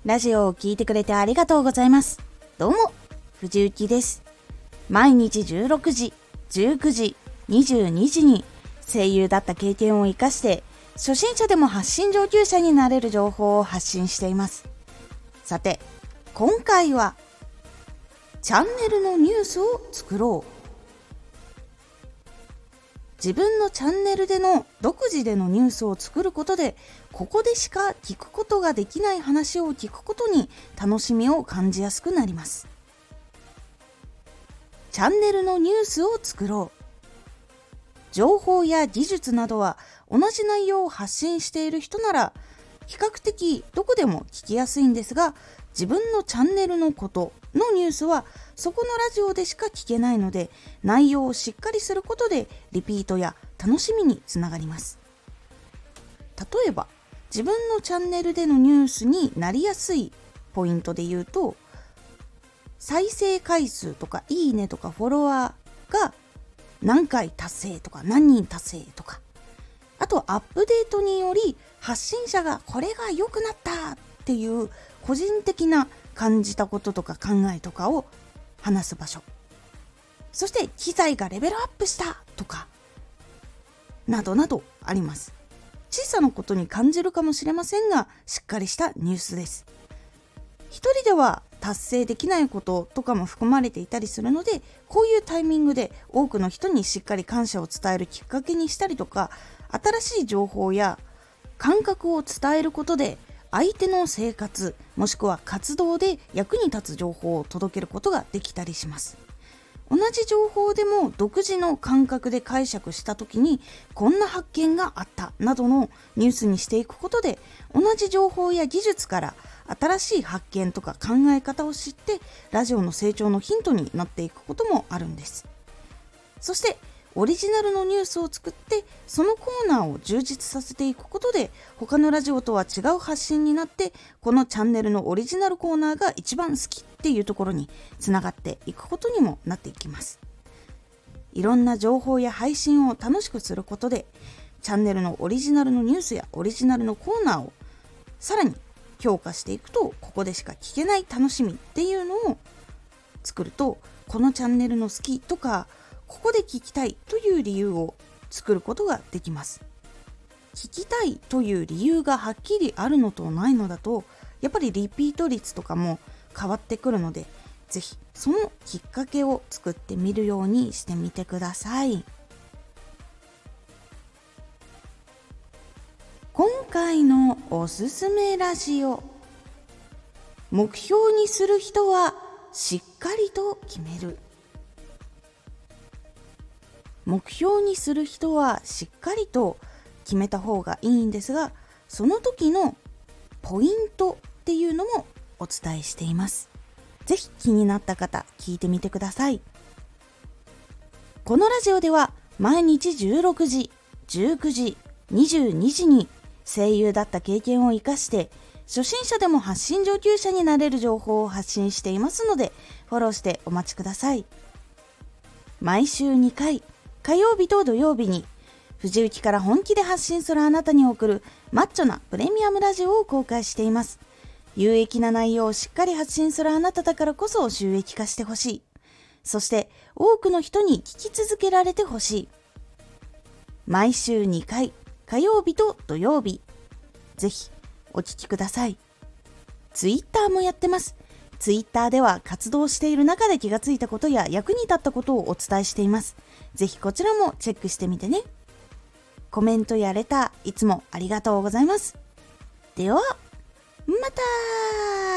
ラジオを聞いてくれてありがとうございます。どうも、藤幸です。毎日16時、19時、22時に声優だった経験を生かして初心者でも発信上級者になれる情報を発信しています。さて、今回はチャンネルのニュースを作ろう。自分のチャンネルでの独自でのニュースを作ることで、ここでしか聞くことができない話を聞くことに楽しみを感じやすくなります。チャンネルのニュースを作ろう。情報や技術などは同じ内容を発信している人なら比較的どこでも聞きやすいんですが、自分のチャンネルのことのニュースはそこのラジオでしか聞けないので、内容をしっかりすることでリピートや楽しみにつながります。例えば自分のチャンネルでのニュースになりやすいポイントで言うと、再生回数とかいいねとかフォロワーが何回達成とか何人達成とか、あとアップデートにより発信者がこれが良くなったっていう個人的な感じたこととか考えとかを話す場所、そして機材がレベルアップしたとかなどなどあります。小さなことに感じるかもしれませんが、しっかりしたニュースです。一人では達成できないこととかも含まれていたりするので、こういうタイミングで多くの人にしっかり感謝を伝えるきっかけにしたりとか、新しい情報や感覚を伝えることで相手の生活もしくは活動で役に立つ情報を届けることができたりします。同じ情報でも独自の感覚で解釈したときに、こんな発見があったなどのニュースにしていくことで、同じ情報や技術から新しい発見とか考え方を知ってラジオの成長のヒントになっていくこともあるんです。そしてオリジナルのニュースを作ってそのコーナーを充実させていくことで、他のラジオとは違う発信になって、このチャンネルのオリジナルコーナーが一番好きっていうところにつながっていくことにもなっていきます。いろんな情報や配信を楽しくすることで、チャンネルのオリジナルのニュースやオリジナルのコーナーをさらに強化していくと、ここでしか聞けない楽しみっていうのを作ると、このチャンネルの好きとかここで聞きたいという理由を作ることができます。聞きたいという理由がはっきりあるのとないのだと、やっぱりリピート率とかも変わってくるので、ぜひそのきっかけを作ってみるようにしてみてください。今回のおすすめラジオ、目標にする人はしっかりと決める。目標にする人はしっかりと決めた方がいいんですが、その時のポイントっていうのもお伝えしています。ぜひ気になった方聞いてみてください。このラジオでは毎日16時、19時、22時に声優だった経験を生かして初心者でも発信上級者になれる情報を発信していますので、フォローしてお待ちください。毎週2回、火曜日と土曜日に藤雪から本気で発信するあなたに送るマッチョなプレミアムラジオを公開しています。有益な内容をしっかり発信するあなただからこそ収益化してほしい。そして多くの人に聞き続けられてほしい。毎週2回、火曜日と土曜日、ぜひお聞きください。ツイッターもやってます。ツイッターでは活動している中で気がついたことや役に立ったことをお伝えしています。ぜひこちらもチェックしてみてね。コメントやレターいつもありがとうございます。ではまた。